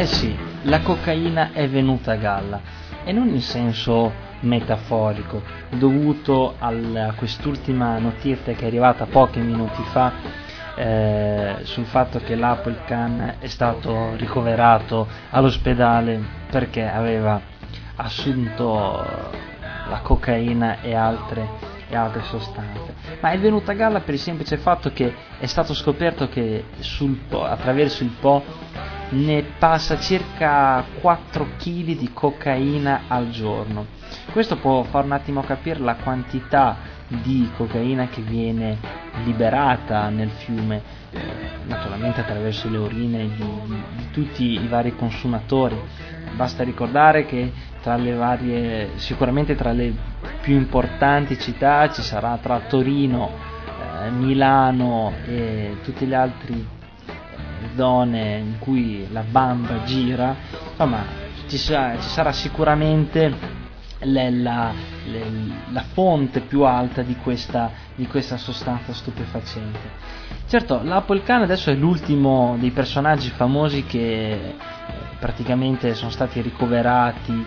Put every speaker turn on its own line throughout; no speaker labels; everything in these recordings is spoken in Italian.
Eh sì, la cocaina è venuta a galla, e non in senso metaforico, dovuto a quest'ultima notizia che è arrivata pochi minuti fa, sul fatto che l'Apple Can è stato ricoverato all'ospedale perché aveva assunto la cocaina e altre sostanze. Ma è venuta a galla per il semplice fatto che è stato scoperto che attraverso il Po ne passa circa 4 kg di cocaina al giorno. Questo può far un attimo capire la quantità di cocaina che viene liberata nel fiume, naturalmente attraverso le urine di tutti i vari consumatori. Basta ricordare che sicuramente tra le più importanti città ci sarà, tra Torino, Milano e tutte le altre zone in cui la bamba gira, insomma ci sarà sicuramente la fonte più alta di questa sostanza stupefacente. Certo, l'Apple Can adesso è l'ultimo dei personaggi famosi che praticamente sono stati ricoverati,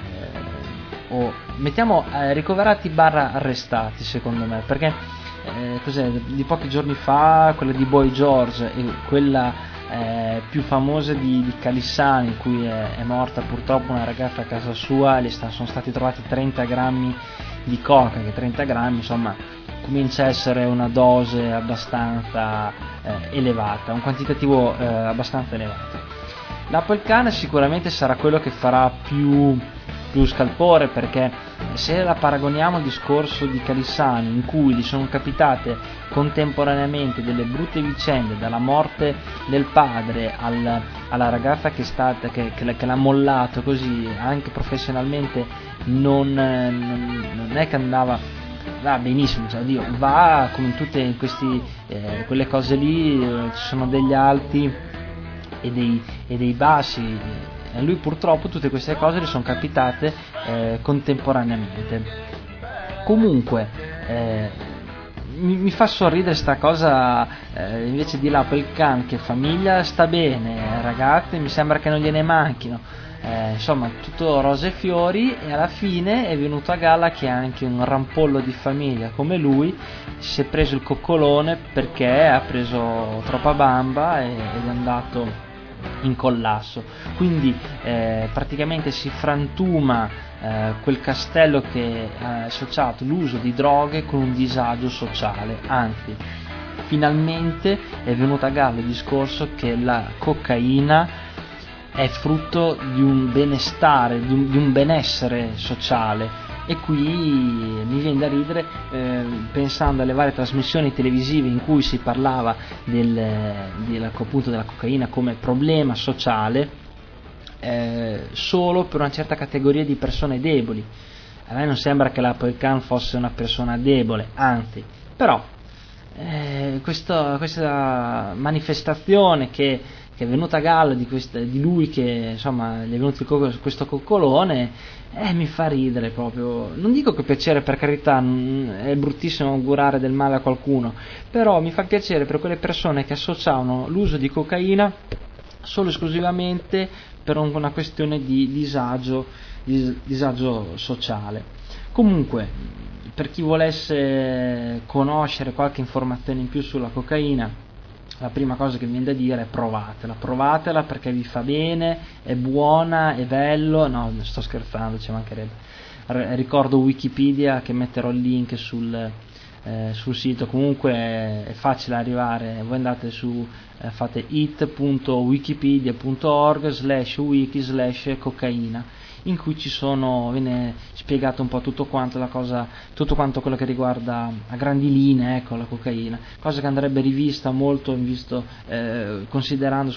o mettiamo ricoverati / arrestati, secondo me, perché di pochi giorni fa quella di Boy George e quella più famosa di Calissano, in cui è morta purtroppo una ragazza a casa sua, e sono stati trovati 30 grammi di coca, che 30 grammi insomma comincia a essere una dose abbastanza elevata, un quantitativo abbastanza elevato. L'Apple Can sicuramente sarà quello che farà più scalpore, perché se la paragoniamo al discorso di Calissano, in cui gli sono capitate contemporaneamente delle brutte vicende, dalla morte del padre alla ragazza che l'ha mollato, così anche professionalmente non è che andava benissimo, cioè, va come in tutte quelle cose lì, ci sono degli alti e dei bassi. A lui purtroppo tutte queste cose le sono capitate contemporaneamente. Comunque mi fa sorridere sta cosa, invece di l'Apple Can, che famiglia sta bene, ragazze mi sembra che non gliene manchino, insomma tutto rose e fiori, e alla fine è venuto a galla che anche un rampollo di famiglia come lui si è preso il coccolone perché ha preso troppa bamba ed è andato in collasso. Quindi praticamente si frantuma quel castello che ha associato l'uso di droghe con un disagio sociale. Anzi, finalmente è venuto a galla il discorso che la cocaina è frutto di un benestare, di un benessere sociale. E qui mi viene da ridere, pensando alle varie trasmissioni televisive in cui si parlava appunto della cocaina come problema sociale, solo per una certa categoria di persone deboli. A me non sembra che l'Apple Can fosse una persona debole, anzi, però questa manifestazione che è venuta a galla di lui, che insomma gli è venuto questo coccolone, mi fa ridere proprio. Non dico che piacere, per carità, è bruttissimo augurare del male a qualcuno, però mi fa piacere per quelle persone che associavano l'uso di cocaina solo esclusivamente per una questione di disagio sociale. Comunque, per chi volesse conoscere qualche informazione in più sulla cocaina, la prima cosa che mi viene da dire è provatela perché vi fa bene, è buona, è bello. No, sto scherzando, ci mancherebbe. Ricordo Wikipedia, che metterò il link sul sito. Comunque è facile arrivare, voi andate fate it.wikipedia.org/wiki/cocaina, in cui viene spiegato un po' tutto quanto quello che riguarda a grandi linee, la cocaina, cosa che andrebbe rivista molto considerando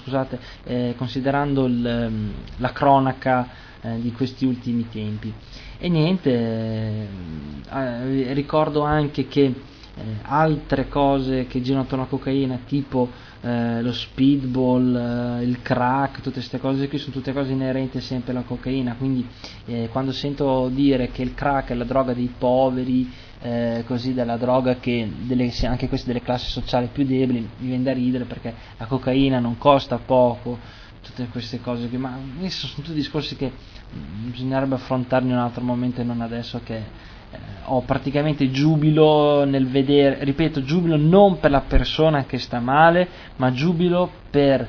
la cronaca di questi ultimi tempi. E niente, ricordo anche che altre cose che girano attorno alla cocaina, tipo lo speedball, il crack, tutte queste cose qui sono tutte cose inerenti sempre alla cocaina. Quindi quando sento dire che il crack è la droga dei poveri, così, della droga anche queste delle classi sociali più deboli, mi viene da ridere, perché la cocaina non costa poco, tutte queste cose qui, ma sono tutti discorsi che bisognerebbe affrontarli in un altro momento e non adesso, che ho praticamente giubilo nel vedere, ripeto, giubilo non per la persona che sta male, ma giubilo per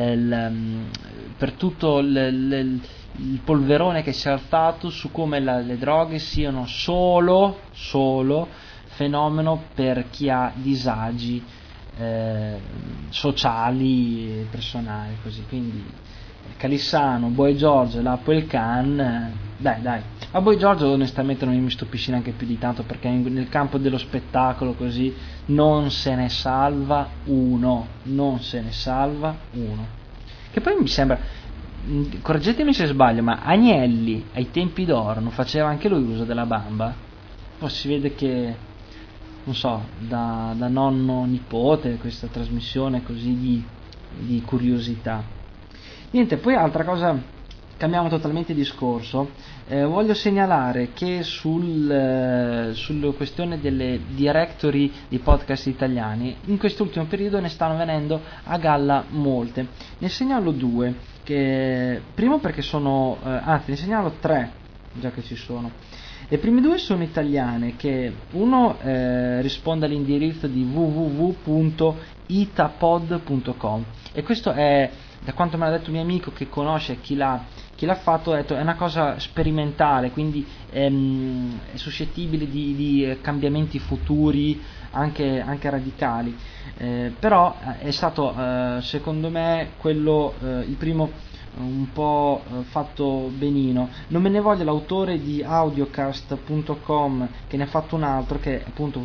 tutto il polverone che si è alzato su come le droghe siano solo fenomeno per chi ha disagi sociali e personali, così. Quindi Calissano, Boy George, l'Appo e il Can, dai. A Boy George onestamente non mi stupisce neanche più di tanto, perché nel campo dello spettacolo così non se ne salva uno. Che poi mi sembra, correggetemi se sbaglio, ma Agnelli ai tempi d'oro non faceva anche lui uso della bamba? Poi si vede che, non so, da nonno nipote, questa trasmissione così di curiosità. Niente, poi altra cosa, cambiamo totalmente discorso, voglio segnalare che sulla questione delle directory di podcast italiani, in quest'ultimo periodo ne stanno venendo a galla molte. Ne segnalo due, primo perché ne segnalo tre, già che ci sono. Le prime due sono italiane, che uno risponde all'indirizzo di www.itapod.com, e questo è, da quanto me l'ha detto un mio amico che conosce chi l'ha fatto, ha detto è una cosa sperimentale, quindi è suscettibile di cambiamenti futuri anche radicali, però è stato secondo me quello, il primo, un po' fatto benino. Non me ne voglia l'autore di audiocast.com, che ne ha fatto un altro, che è appunto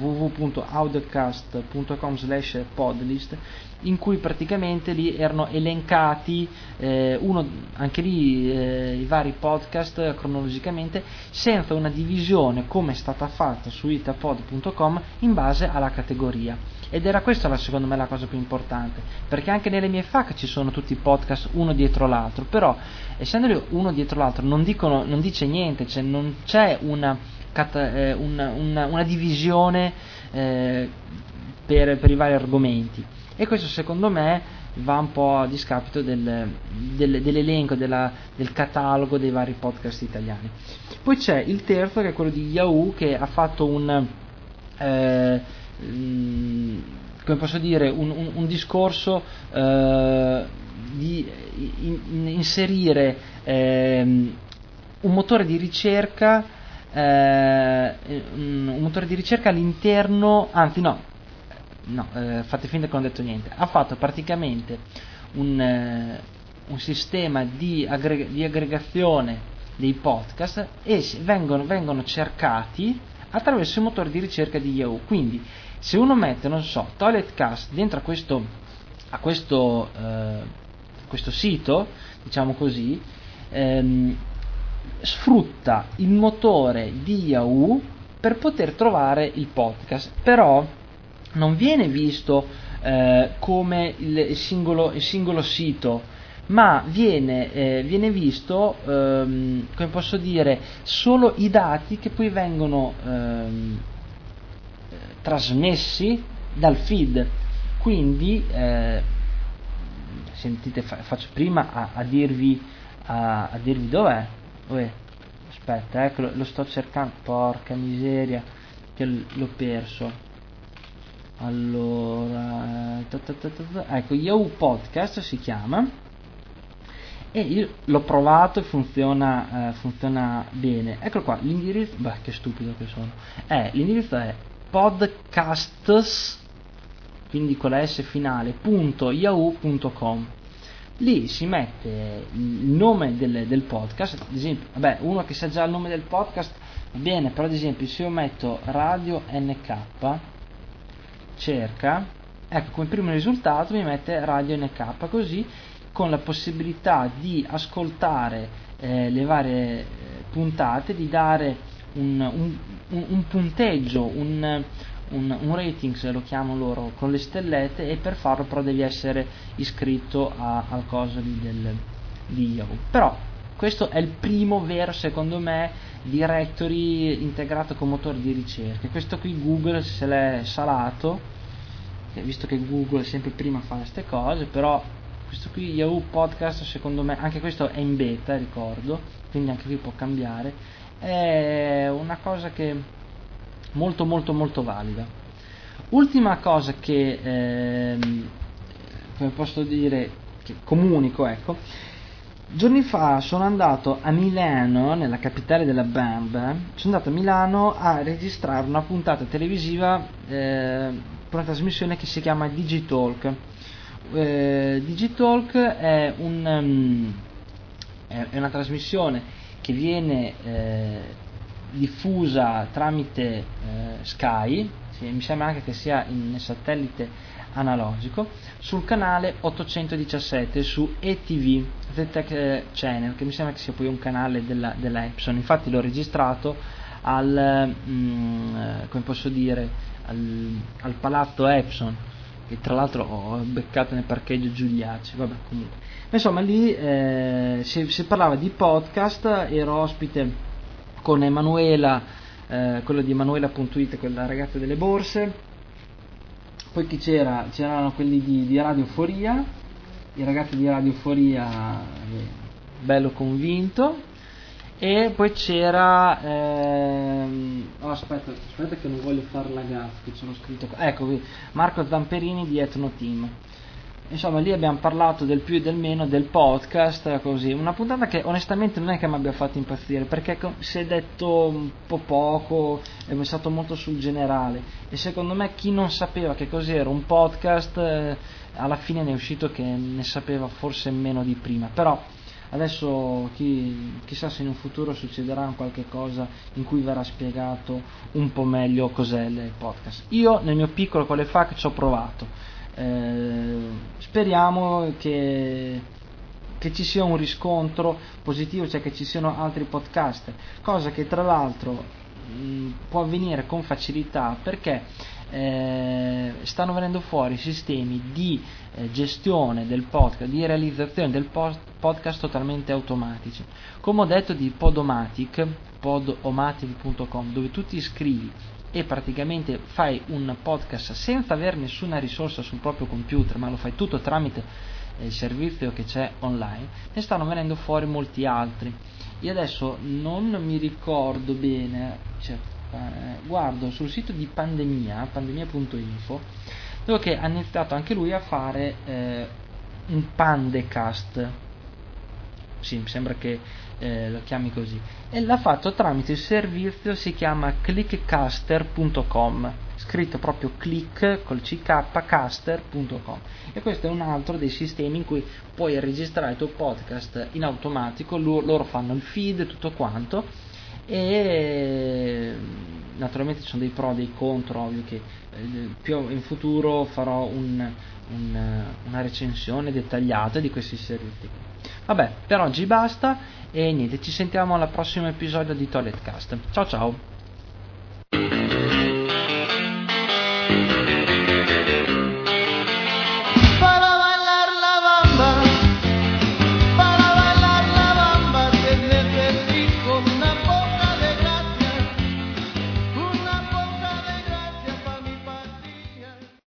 www.audiocast.com/podlist, in cui praticamente lì erano elencati anche lì i vari podcast cronologicamente, senza una divisione come è stata fatta su itapod.com in base alla categoria. Ed era questa secondo me la cosa più importante, perché anche nelle mie FAQ ci sono tutti i podcast uno dietro l'altro, però essendoli uno dietro l'altro non dice niente, cioè non c'è una divisione per i vari argomenti, e questo secondo me va un po' a discapito dell'elenco, del catalogo dei vari podcast italiani. Poi c'è il terzo, che è quello di Yahoo, che ha fatto come posso dire, un discorso di inserire un motore di ricerca all'interno, anzi no, fate finta che non ho detto niente. Ha fatto praticamente un sistema di aggregazione dei podcast, e vengono cercati attraverso il motore di ricerca di Yahoo. Quindi se uno mette, non so, Toiletcast dentro a questo sito, diciamo così, sfrutta il motore di Yahoo per poter trovare il podcast, però non viene visto come il singolo sito, ma viene visto, come posso dire, solo i dati che poi vengono trasmessi dal feed. Quindi sentite, faccio prima a dirvi dov'è. Aspetta, ecco, lo sto cercando, porca miseria che l'ho perso. Allora, ecco, Yahoo Podcast si chiama, e io l'ho provato e funziona bene. Eccolo qua, l'indirizzo, che stupido che sono. L'indirizzo è podcasts, quindi con la S finale, .yahoo.com. Lì si mette il nome del podcast, ad esempio, uno che sa già il nome del podcast va bene, però ad esempio se io metto Radio NK, cerca, ecco, come primo risultato mi mette Radio NK, così, con la possibilità di ascoltare le varie puntate, di dare un punteggio, un rating, se lo chiamano loro, con le stellette, e per farlo però devi essere iscritto al coso di Yahoo. Però questo è il primo vero, secondo me, directory integrato con motore di ricerca. Questo qui Google se l'è salato, visto che Google è sempre prima a fare queste cose, però questo qui Yahoo Podcast, secondo me anche questo è in beta, ricordo, quindi anche qui può cambiare, è una cosa che molto molto molto valida. Ultima cosa che come posso dire, che comunico, ecco, giorni fa sono andato a Milano, nella capitale della banda, sono andato a Milano a registrare una puntata televisiva per una trasmissione che si chiama Digitalk. Digitalk è una trasmissione che viene diffusa tramite Sky, mi sembra anche che sia in satellite analogico, sul canale 817 su ETV, The Tech Channel, che mi sembra che sia poi un canale della Epson. Infatti l'ho registrato come posso dire, al palazzo Epson, che tra l'altro ho beccato nel parcheggio Giuliacci, vabbè, comunque. Insomma, lì si parlava di podcast, ero ospite con Emanuela, quello di Emanuela.it, quella ragazza delle borse. Poi chi c'erano quelli di Radio Euforia, i ragazzi di Radio Euforia, bello convinto. E poi c'era aspetta che non voglio fare la gaffa, che ce l'ho scritto qua. Ecco qui, Marco Zamperini di Etno Team. Insomma, lì abbiamo parlato del più e del meno del podcast, così. Una puntata che onestamente non è che mi abbia fatto impazzire, perché si è detto un po' poco, è stato molto sul generale, e secondo me chi non sapeva che cos'era un podcast alla fine ne è uscito che ne sapeva forse meno di prima. Però adesso chissà se in un futuro succederà qualche cosa in cui verrà spiegato un po' meglio cos'è il podcast. Io nel mio piccolo con le FAQ ci ho provato. Speriamo che ci sia un riscontro positivo, cioè che ci siano altri podcaster, cosa che tra l'altro può avvenire con facilità, perché stanno venendo fuori sistemi di gestione del podcast, di realizzazione del podcast totalmente automatici, come ho detto, di podomatic.com, dove tu ti iscrivi e praticamente fai un podcast senza avere nessuna risorsa sul proprio computer, ma lo fai tutto tramite il servizio che c'è online. Ne stanno venendo fuori molti altri. Io adesso non mi ricordo bene, guardo sul sito di pandemia.info, dove ha iniziato anche lui a fare un Pandecast, sì, mi sembra che lo chiami così, e l'ha fatto tramite il servizio, si chiama clickcaster.com, scritto proprio click col ck caster.com, e questo è un altro dei sistemi in cui puoi registrare il tuo podcast in automatico. Loro fanno il feed, tutto quanto, e naturalmente ci sono dei pro e dei contro, ovvio che più in futuro farò una recensione dettagliata di questi servizi. Vabbè, per oggi basta e niente, ci sentiamo al prossimo episodio di Toiletcast. Ciao ciao!